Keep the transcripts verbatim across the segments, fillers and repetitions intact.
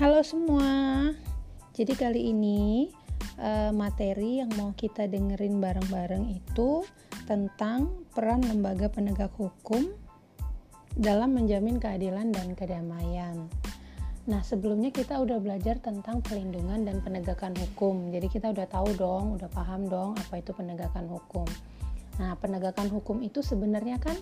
Halo semua, jadi kali ini uh, materi yang mau kita dengerin bareng-bareng itu tentang peran lembaga penegak hukum dalam menjamin keadilan dan kedamaian. Nah, sebelumnya kita udah belajar tentang perlindungan dan penegakan hukum, jadi kita udah tahu dong, udah paham dong apa itu penegakan hukum. Nah, penegakan hukum itu sebenarnya kan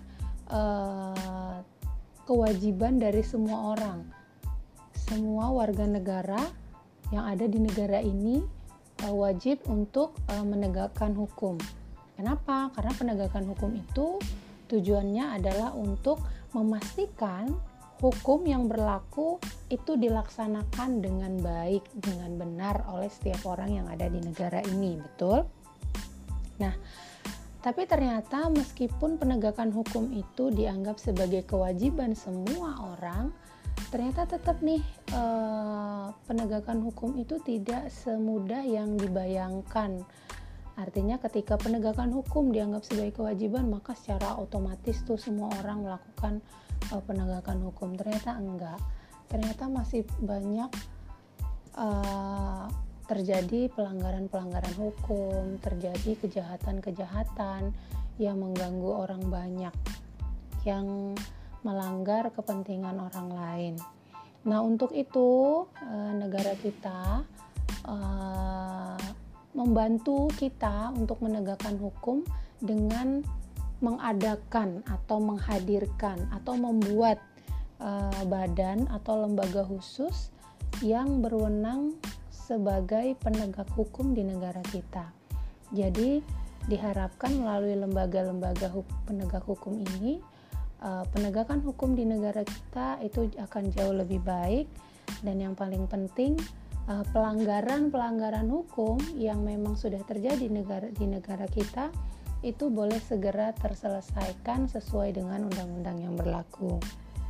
uh, kewajiban dari semua orang. Semua warga negara yang ada di negara ini uh, wajib untuk uh, menegakkan hukum. Kenapa? Karena penegakan hukum itu tujuannya adalah untuk memastikan hukum yang berlaku itu dilaksanakan dengan baik, dengan benar oleh setiap orang yang ada di negara ini, betul? Nah, tapi ternyata meskipun penegakan hukum itu dianggap sebagai kewajiban semua orang, ternyata tetap nih eh, penegakan hukum itu tidak semudah yang dibayangkan. Artinya ketika penegakan hukum dianggap sebagai kewajiban, maka secara otomatis tuh semua orang melakukan eh, penegakan hukum. Ternyata enggak. Ternyata masih banyak eh, terjadi pelanggaran-pelanggaran hukum, terjadi kejahatan-kejahatan yang mengganggu orang banyak, yang melanggar kepentingan orang lain. Nah, untuk itu negara kita uh, membantu kita untuk menegakkan hukum dengan mengadakan atau menghadirkan atau membuat uh, badan atau lembaga khusus yang berwenang sebagai penegak hukum di negara kita. Jadi diharapkan melalui lembaga-lembaga penegak hukum ini, Uh, penegakan hukum di negara kita itu akan jauh lebih baik, dan yang paling penting uh, pelanggaran-pelanggaran hukum yang memang sudah terjadi negara, di negara kita itu boleh segera terselesaikan sesuai dengan undang-undang yang berlaku.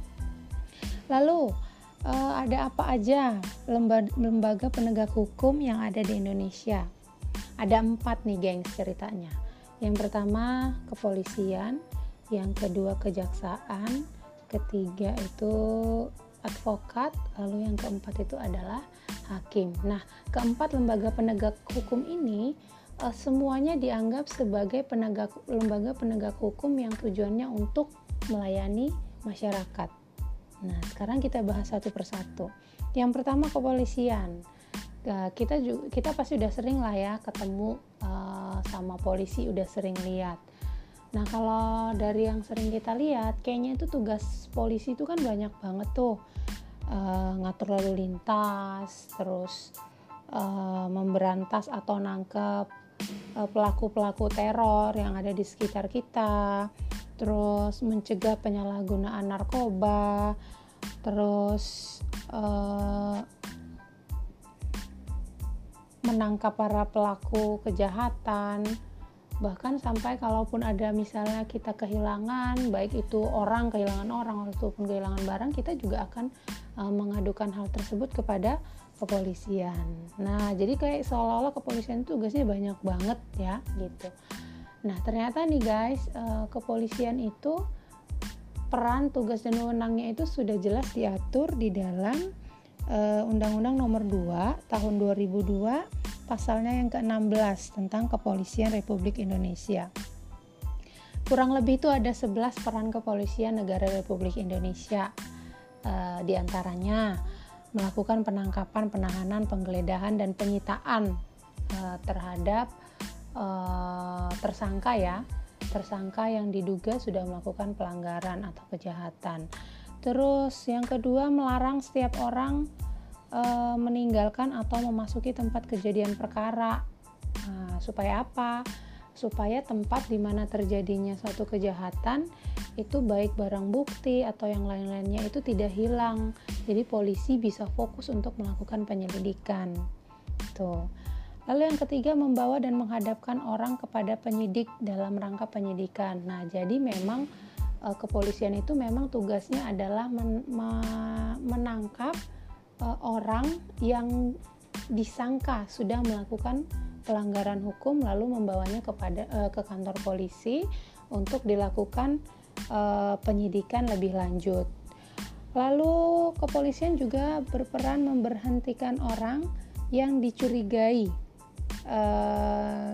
Lalu uh, ada apa aja lembaga, lembaga penegak hukum yang ada di Indonesia? Ada empat nih gengs ceritanya. Yang pertama kepolisian, yang kedua kejaksaan, ketiga itu advokat, lalu yang keempat itu adalah hakim. Nah, keempat lembaga penegak hukum ini uh, semuanya dianggap sebagai penegak lembaga penegak hukum yang tujuannya untuk melayani masyarakat. Nah, sekarang kita bahas satu persatu. Yang pertama kepolisian. Uh, kita juga, kita pasti udah sering lah ya ketemu uh, sama polisi, udah sering lihat. Nah, kalau dari yang sering kita lihat, kayaknya itu tugas polisi itu kan banyak banget tuh, e, ngatur lalu lintas, terus e, memberantas atau nangkep e, pelaku-pelaku teror yang ada di sekitar kita, terus mencegah penyalahgunaan narkoba, terus e, menangkap para pelaku kejahatan. Bahkan sampai kalaupun ada misalnya kita kehilangan, baik itu orang kehilangan orang ataupun kehilangan barang, kita juga akan uh, mengadukan hal tersebut kepada kepolisian. Nah, jadi kayak seolah-olah kepolisian itu tugasnya banyak banget ya gitu. Nah, ternyata nih guys, uh, kepolisian itu peran, tugas dan wewenangnya itu sudah jelas diatur di dalam uh, Undang-Undang Nomor dua Tahun dua ribu dua, pasalnya yang ke enam belas tentang Kepolisian Republik Indonesia. Kurang lebih itu ada sebelas peran kepolisian negara Republik Indonesia. E, di antaranya melakukan penangkapan, penahanan, penggeledahan dan penyitaan e, terhadap e, tersangka ya, tersangka yang diduga sudah melakukan pelanggaran atau kejahatan. Terus yang kedua, melarang setiap orang meninggalkan atau memasuki tempat kejadian perkara. Nah, supaya apa? Supaya tempat di mana terjadinya suatu kejahatan itu baik barang bukti atau yang lain-lainnya itu tidak hilang. Jadi polisi bisa fokus untuk melakukan penyelidikan. Tuh. Lalu yang ketiga, membawa dan menghadapkan orang kepada penyidik dalam rangka penyidikan. Nah, jadi memang eh, kepolisian itu memang tugasnya adalah men- ma- menangkap orang yang disangka sudah melakukan pelanggaran hukum, lalu membawanya kepada uh, ke kantor polisi untuk dilakukan uh, penyidikan lebih lanjut. Lalu kepolisian juga berperan memberhentikan orang yang dicurigai uh,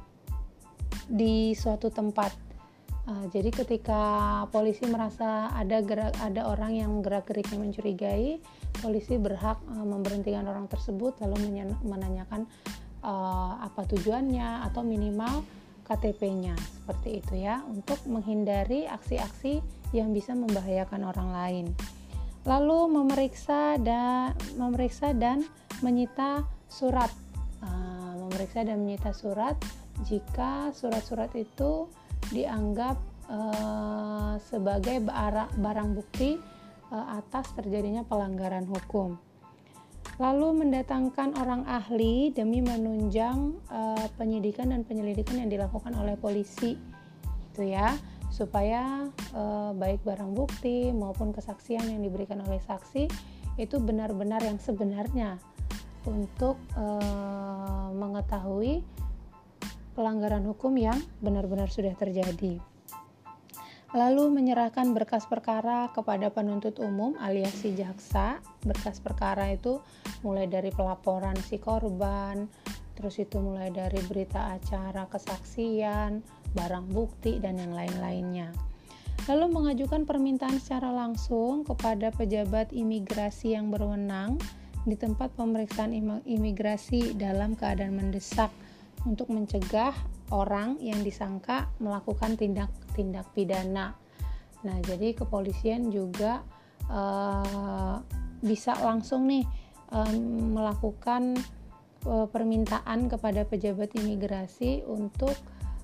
di suatu tempat. Uh, jadi ketika polisi merasa ada gerak, ada orang yang gerak-geriknya mencurigai, polisi berhak uh, memberhentikan orang tersebut lalu menyen- menanyakan uh, apa tujuannya atau minimal K T P-nya, seperti itu ya, untuk menghindari aksi-aksi yang bisa membahayakan orang lain. Lalu memeriksa dan memeriksa dan menyita surat, uh, memeriksa dan menyita surat jika surat-surat itu dianggap uh, sebagai barang bukti uh, atas terjadinya pelanggaran hukum. Lalu mendatangkan orang ahli demi menunjang uh, penyidikan dan penyelidikan yang dilakukan oleh polisi, itu ya, supaya eh, baik barang bukti maupun kesaksian yang diberikan oleh saksi itu benar-benar yang sebenarnya untuk eh, mengetahui pelanggaran hukum yang benar-benar sudah terjadi. Lalu menyerahkan berkas perkara kepada penuntut umum alias si jaksa. Berkas perkara itu mulai dari pelaporan si korban, terus itu mulai dari berita acara, kesaksian, barang bukti, dan yang lain-lainnya. Lalu mengajukan permintaan secara langsung kepada pejabat imigrasi yang berwenang di tempat pemeriksaan imigrasi dalam keadaan mendesak untuk mencegah orang yang disangka melakukan tindak-tindak pidana. Nah, jadi kepolisian juga uh, bisa langsung nih um, melakukan uh, permintaan kepada pejabat imigrasi untuk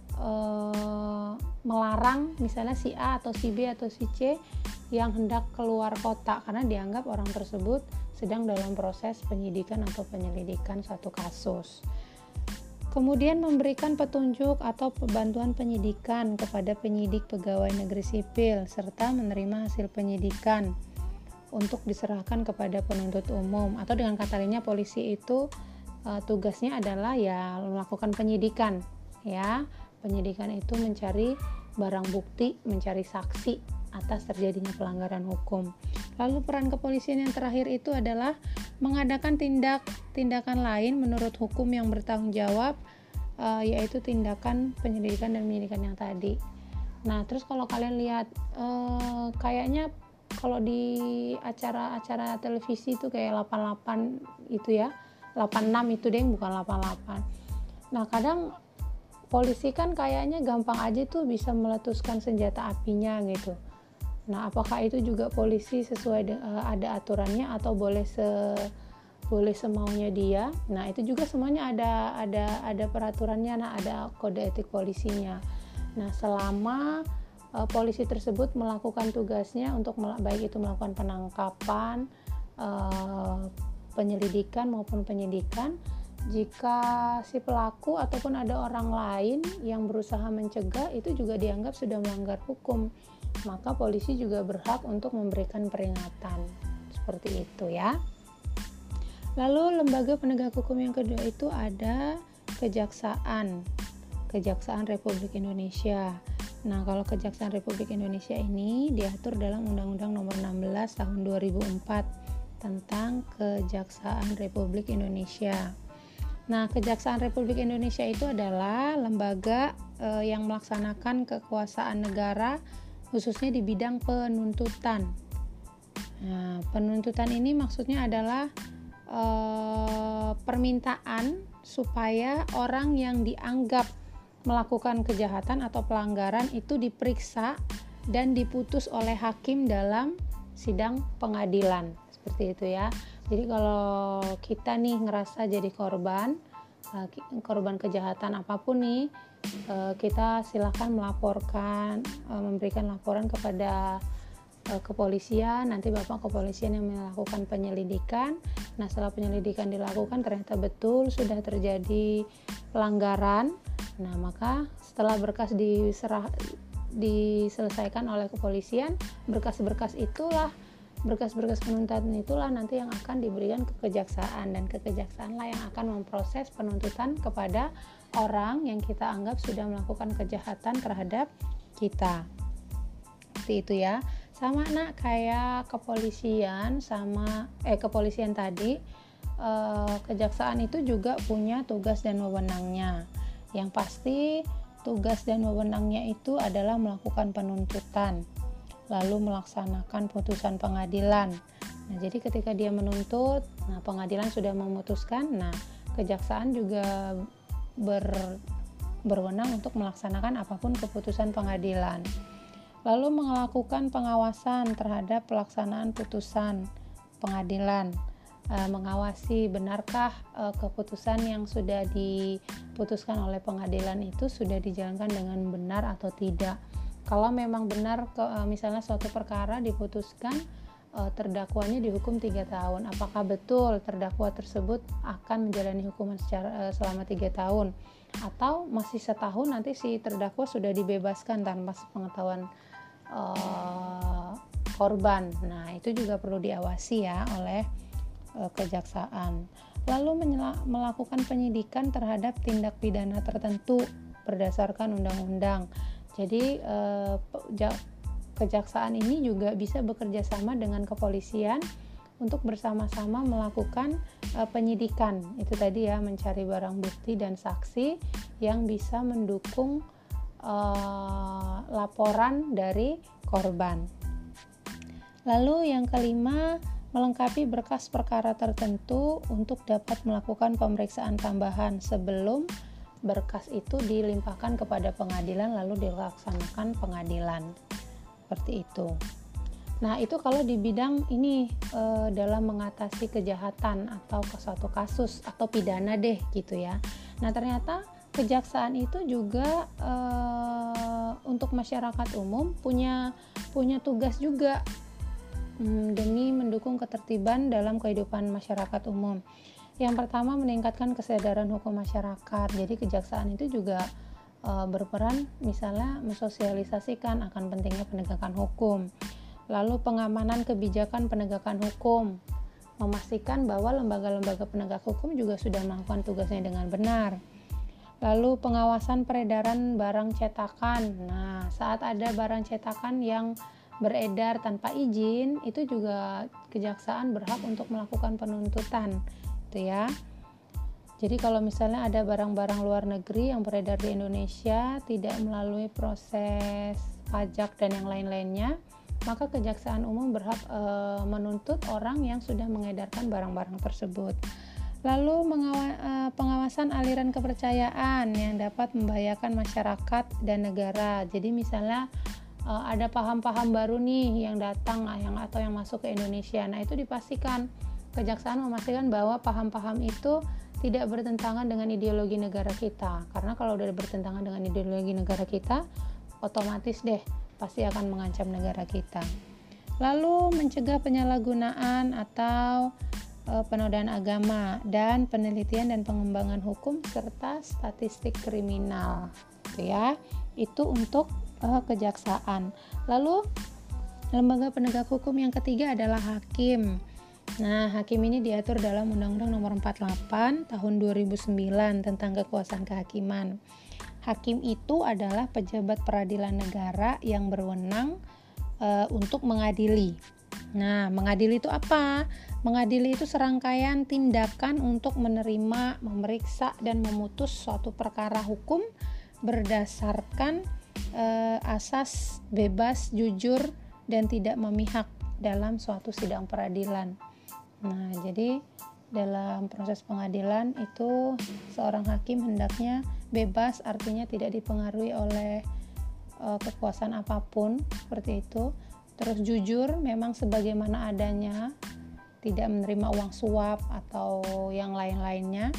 Uh, melarang misalnya si A atau si B atau si C yang hendak keluar kota karena dianggap orang tersebut sedang dalam proses penyidikan atau penyelidikan suatu kasus. Kemudian memberikan petunjuk atau bantuan penyidikan kepada penyidik pegawai negeri sipil serta menerima hasil penyidikan untuk diserahkan kepada penuntut umum, atau dengan kata lainnya polisi itu uh, tugasnya adalah ya melakukan penyidikan ya. Penyidikan itu mencari barang bukti, mencari saksi atas terjadinya pelanggaran hukum. Lalu peran kepolisian yang terakhir itu adalah mengadakan tindak tindakan lain menurut hukum yang bertanggung jawab, uh, yaitu tindakan penyelidikan dan penyidikan yang tadi. Nah, terus kalau kalian lihat uh, kayaknya kalau di acara-acara televisi itu kayak delapan puluh delapan itu ya, delapan puluh enam itu deh, bukan delapan puluh delapan. Nah, kadang polisi kan kayaknya gampang aja tuh bisa meletuskan senjata apinya gitu. Nah, apakah itu juga polisi sesuai de- ada aturannya atau boleh se boleh semaunya dia? Nah, itu juga semuanya ada ada ada peraturannya, nah ada kode etik polisinya. Nah, selama uh, polisi tersebut melakukan tugasnya untuk mel- baik itu melakukan penangkapan, uh, penyelidikan maupun penyidikan, jika si pelaku ataupun ada orang lain yang berusaha mencegah itu juga dianggap sudah melanggar hukum, maka polisi juga berhak untuk memberikan peringatan seperti itu ya. Lalu lembaga penegak hukum yang kedua itu ada Kejaksaan Kejaksaan Republik Indonesia. Nah, kalau Kejaksaan Republik Indonesia ini diatur dalam Undang-Undang Nomor enam belas Tahun dua ribu empat tentang Kejaksaan Republik Indonesia. Nah, Kejaksaan Republik Indonesia itu adalah lembaga eh, yang melaksanakan kekuasaan negara khususnya di bidang penuntutan. Nah, penuntutan ini maksudnya adalah eh, permintaan supaya orang yang dianggap melakukan kejahatan atau pelanggaran itu diperiksa dan diputus oleh hakim dalam sidang pengadilan. Seperti itu ya. Jadi kalau kita nih ngerasa jadi korban, korban kejahatan apapun nih, kita silakan melaporkan, memberikan laporan kepada kepolisian. Nanti Bapak kepolisian yang melakukan penyelidikan. Nah, setelah penyelidikan dilakukan ternyata betul sudah terjadi pelanggaran. Nah, maka setelah berkas diserah diselesaikan oleh kepolisian, berkas-berkas itulah berkas-berkas penuntutan itulah nanti yang akan diberikan ke kejaksaan, dan ke kejaksaan lah yang akan memproses penuntutan kepada orang yang kita anggap sudah melakukan kejahatan terhadap kita. Seperti itu ya. Sama nak, kayak kepolisian sama eh kepolisian tadi, eh, kejaksaan itu juga punya tugas dan wewenangnya. Yang pasti tugas dan wewenangnya itu adalah melakukan penuntutan, lalu melaksanakan putusan pengadilan. Nah, jadi ketika dia menuntut, nah pengadilan sudah memutuskan, nah kejaksaan juga ber, berwenang untuk melaksanakan apapun keputusan pengadilan. Lalu melakukan pengawasan terhadap pelaksanaan putusan pengadilan, e, mengawasi benarkah e, keputusan yang sudah diputuskan oleh pengadilan itu sudah dijalankan dengan benar atau tidak. Kalau memang benar, ke, e, misalnya suatu perkara diputuskan e, terdakwanya dihukum tiga tahun, apakah betul terdakwa tersebut akan menjalani hukuman secara e, selama tiga tahun, atau masih setahun nanti si terdakwa sudah dibebaskan tanpa sepengetahuan Uh, korban. Nah, itu juga perlu diawasi ya oleh uh, kejaksaan. Lalu menyela- melakukan penyidikan terhadap tindak pidana tertentu berdasarkan undang-undang. Jadi uh, kejaksaan ini juga bisa bekerja sama dengan kepolisian untuk bersama-sama melakukan uh, penyidikan. Itu tadi ya, mencari barang bukti dan saksi yang bisa mendukung Uh, laporan dari korban. Lalu yang kelima, melengkapi berkas perkara tertentu untuk dapat melakukan pemeriksaan tambahan sebelum berkas itu dilimpahkan kepada pengadilan lalu dilaksanakan pengadilan. Seperti itu. Nah, itu kalau di bidang ini uh, dalam mengatasi kejahatan atau ke suatu kasus atau pidana deh gitu ya. Nah, ternyata kejaksaan itu juga e, untuk masyarakat umum punya punya tugas juga hmm, demi mendukung ketertiban dalam kehidupan masyarakat umum. Yang pertama, meningkatkan kesadaran hukum masyarakat. Jadi kejaksaan itu juga e, berperan misalnya mensosialisasikan akan pentingnya penegakan hukum. Lalu pengamanan kebijakan penegakan hukum, memastikan bahwa lembaga-lembaga penegak hukum juga sudah melakukan tugasnya dengan benar. Lalu pengawasan peredaran barang cetakan. Nah, saat ada barang cetakan yang beredar tanpa izin, itu juga kejaksaan berhak untuk melakukan penuntutan, itu ya. Jadi kalau misalnya ada barang-barang luar negeri yang beredar di Indonesia tidak melalui proses pajak dan yang lain-lainnya, maka kejaksaan umum berhak e, menuntut orang yang sudah mengedarkan barang-barang tersebut. Lalu mengawa- uh, pengawasan aliran kepercayaan yang dapat membahayakan masyarakat dan negara. Jadi misalnya uh, ada paham-paham baru nih yang datang yang atau yang masuk ke Indonesia. Nah, itu dipastikan, kejaksaan memastikan bahwa paham-paham itu tidak bertentangan dengan ideologi negara kita. Karena kalau udah bertentangan dengan ideologi negara kita, otomatis deh pasti akan mengancam negara kita. Lalu mencegah penyalahgunaan atau penodaan agama dan penelitian dan pengembangan hukum serta statistik kriminal, gitu ya. Itu untuk uh, kejaksaan. Lalu lembaga penegak hukum yang ketiga adalah hakim. Nah, hakim ini diatur dalam Undang-Undang Nomor empat puluh delapan Tahun dua ribu sembilan tentang kekuasaan kehakiman. Hakim itu adalah pejabat peradilan negara yang berwenang uh, untuk mengadili. Nah, mengadili itu apa? Mengadili itu serangkaian tindakan untuk menerima, memeriksa, dan memutus suatu perkara hukum berdasarkan eh, asas bebas, jujur, dan tidak memihak dalam suatu sidang peradilan. Nah, jadi dalam proses pengadilan itu seorang hakim hendaknya bebas, artinya tidak dipengaruhi oleh eh, kekuasaan apapun, seperti itu. Terus jujur, memang sebagaimana adanya, tidak menerima uang suap atau yang lain-lainnya,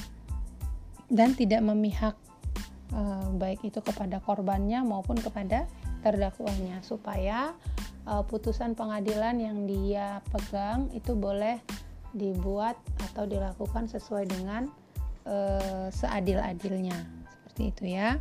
dan tidak memihak eh, baik itu kepada korbannya maupun kepada terdakwanya, supaya eh, putusan pengadilan yang dia pegang itu boleh dibuat atau dilakukan sesuai dengan eh, seadil-adilnya, seperti itu ya.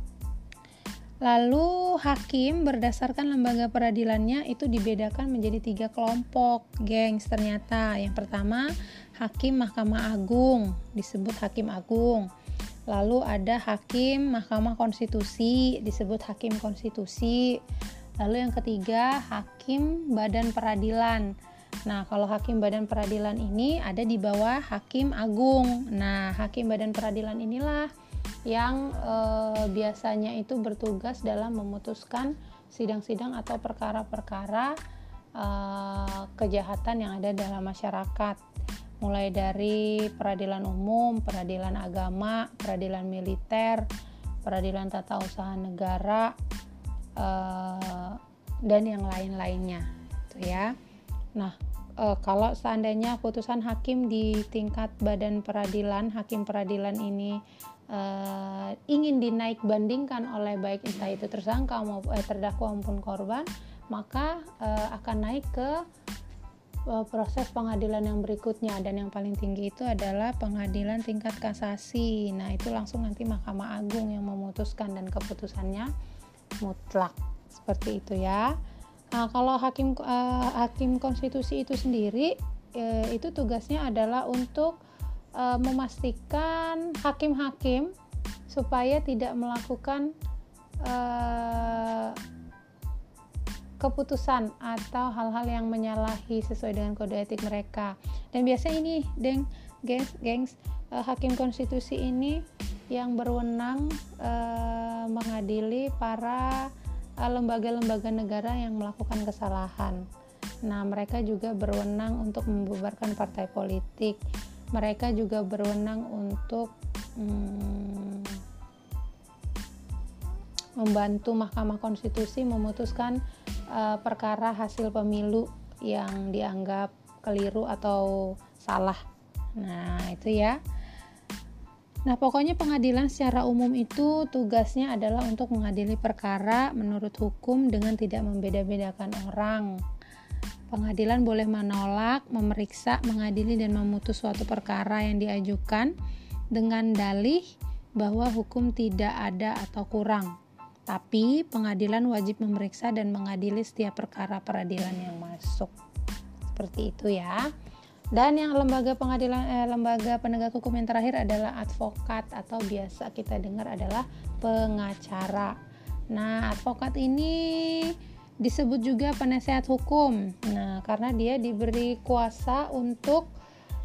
Lalu hakim berdasarkan lembaga peradilannya itu dibedakan menjadi tiga kelompok, gengs ternyata. Yang pertama, hakim Mahkamah Agung, disebut hakim agung. Lalu ada hakim Mahkamah Konstitusi, disebut hakim konstitusi. Lalu yang ketiga, hakim badan peradilan. Nah, kalau hakim badan peradilan ini ada di bawah hakim agung. Nah, hakim badan peradilan inilah yang eh, biasanya itu bertugas dalam memutuskan sidang-sidang atau perkara-perkara eh, kejahatan yang ada dalam masyarakat. Mulai dari peradilan umum, peradilan agama, peradilan militer, peradilan tata usaha negara, eh, dan yang lain-lainnya, gitu ya. Nah, e, kalau seandainya putusan hakim di tingkat badan peradilan, hakim peradilan ini e, ingin dinaik bandingkan oleh baik entah itu tersangka maupun eh, terdakwa maupun korban, maka e, akan naik ke e, proses pengadilan yang berikutnya, dan yang paling tinggi itu adalah pengadilan tingkat kasasi. Nah, itu langsung nanti Mahkamah Agung yang memutuskan dan keputusannya mutlak, seperti itu ya. Nah, kalau hakim uh, hakim konstitusi itu sendiri uh, itu tugasnya adalah untuk uh, memastikan hakim-hakim supaya tidak melakukan uh, keputusan atau hal-hal yang menyalahi sesuai dengan kode etik mereka. Dan biasanya ini, deng, gengs, gengs, uh, hakim konstitusi ini yang berwenang uh, mengadili para lembaga-lembaga negara yang melakukan kesalahan. Nah, mereka juga berwenang untuk membubarkan partai politik. Mereka juga berwenang untuk hmm, membantu Mahkamah Konstitusi memutuskan uh, perkara hasil pemilu yang dianggap keliru atau salah. Nah, itu ya. Nah, pokoknya pengadilan secara umum itu tugasnya adalah untuk mengadili perkara menurut hukum dengan tidak membeda-bedakan orang. Pengadilan boleh menolak, memeriksa, mengadili, dan memutus suatu perkara yang diajukan dengan dalih bahwa hukum tidak ada atau kurang. Tapi pengadilan wajib memeriksa dan mengadili setiap perkara peradilan yang masuk. Seperti itu ya. Dan yang lembaga pengadilan eh, lembaga penegak hukum yang terakhir adalah advokat, atau biasa kita dengar adalah pengacara. Nah, advokat ini disebut juga penasehat hukum. Nah, karena dia diberi kuasa untuk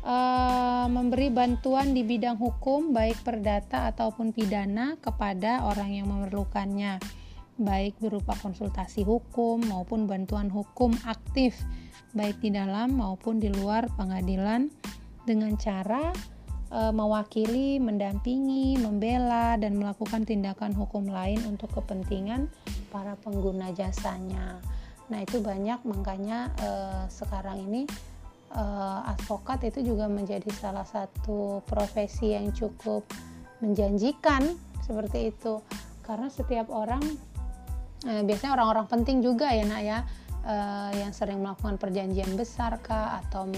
eh, memberi bantuan di bidang hukum baik perdata ataupun pidana kepada orang yang memerlukannya, baik berupa konsultasi hukum maupun bantuan hukum aktif baik di dalam maupun di luar pengadilan dengan cara e, mewakili, mendampingi, membela, dan melakukan tindakan hukum lain untuk kepentingan para pengguna jasanya. Nah, itu banyak, makanya e, sekarang ini e, advokat itu juga menjadi salah satu profesi yang cukup menjanjikan, seperti itu. Karena setiap orang, e, biasanya orang-orang penting juga ya nak ya, Uh, yang sering melakukan perjanjian besar kah, atau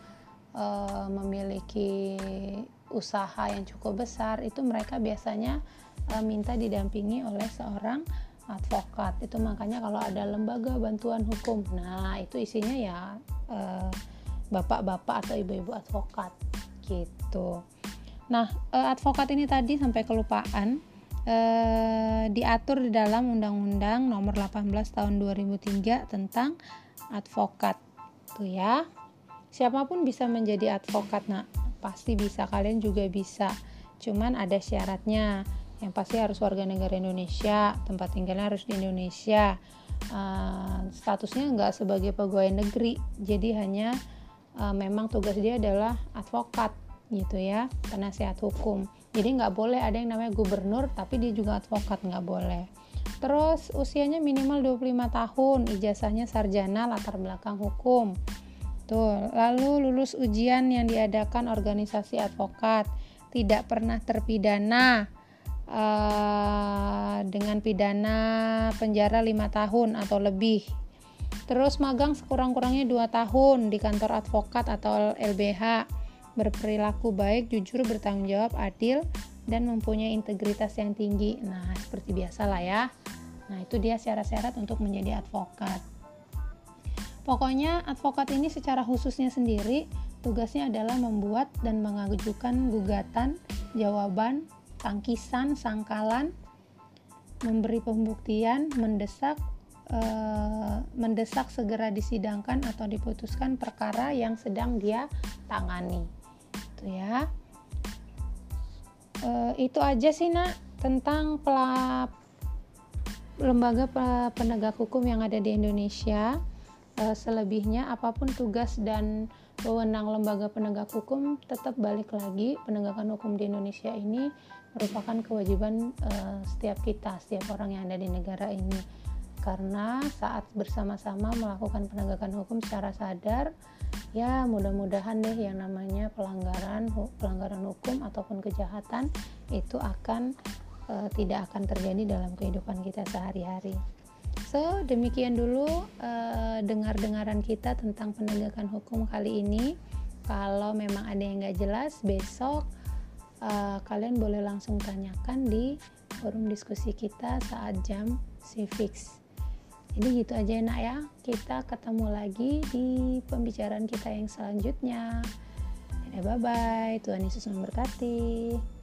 uh, memiliki usaha yang cukup besar, itu mereka biasanya uh, minta didampingi oleh seorang advokat. Itu makanya kalau ada lembaga bantuan hukum, nah itu isinya ya uh, bapak-bapak atau ibu-ibu advokat gitu. Nah, uh, advokat ini tadi sampai kelupaan, Eh, diatur di dalam Undang-Undang Nomor delapan belas Tahun dua ribu tiga tentang advokat, tuh ya. Siapapun bisa menjadi advokat, nak. Pasti bisa, kalian juga bisa. Cuman ada syaratnya. Yang pasti harus warga negara Indonesia, tempat tinggalnya harus di Indonesia. Uh, statusnya nggak sebagai pegawai negeri, jadi hanya uh, memang tugas dia adalah advokat, gitu ya, penasehat hukum. Jadi nggak boleh ada yang namanya gubernur tapi dia juga advokat, nggak boleh. Terus usianya minimal dua puluh lima tahun, ijazahnya sarjana latar belakang hukum. Tuh, lalu lulus ujian yang diadakan organisasi advokat, tidak pernah terpidana uh, dengan pidana penjara lima tahun atau lebih. Terus magang sekurang-kurangnya dua tahun di kantor advokat atau L B H. Berperilaku baik, jujur, bertanggung jawab, adil, dan mempunyai integritas yang tinggi. Nah, seperti biasa lah ya. Nah, itu dia syarat-syarat untuk menjadi advokat. Pokoknya advokat ini secara khususnya sendiri tugasnya adalah membuat dan mengajukan gugatan, jawaban, tangkisan, sangkalan, memberi pembuktian, mendesak, eh, mendesak segera disidangkan atau diputuskan perkara yang sedang dia tangani. Itu ya. Eh, itu aja sih nak tentang pelap lembaga penegak hukum yang ada di Indonesia. E, selebihnya apapun tugas dan wewenang lembaga penegak hukum, tetap balik lagi penegakan hukum di Indonesia ini merupakan kewajiban e, setiap kita, setiap orang yang ada di negara ini. Karena saat bersama-sama melakukan penegakan hukum secara sadar, ya mudah-mudahan deh yang namanya pelanggaran pelanggaran hukum ataupun kejahatan itu akan Uh, tidak akan terjadi dalam kehidupan kita sehari-hari. So, demikian dulu uh, dengar-dengaran kita tentang penegakan hukum kali ini. Kalau memang ada yang gak jelas, besok uh, kalian boleh langsung tanyakan di forum diskusi kita saat jam civics. Jadi gitu aja nak ya. Kita ketemu lagi di pembicaraan kita yang selanjutnya. Dadah, bye-bye. Tuhan Yesus memberkati.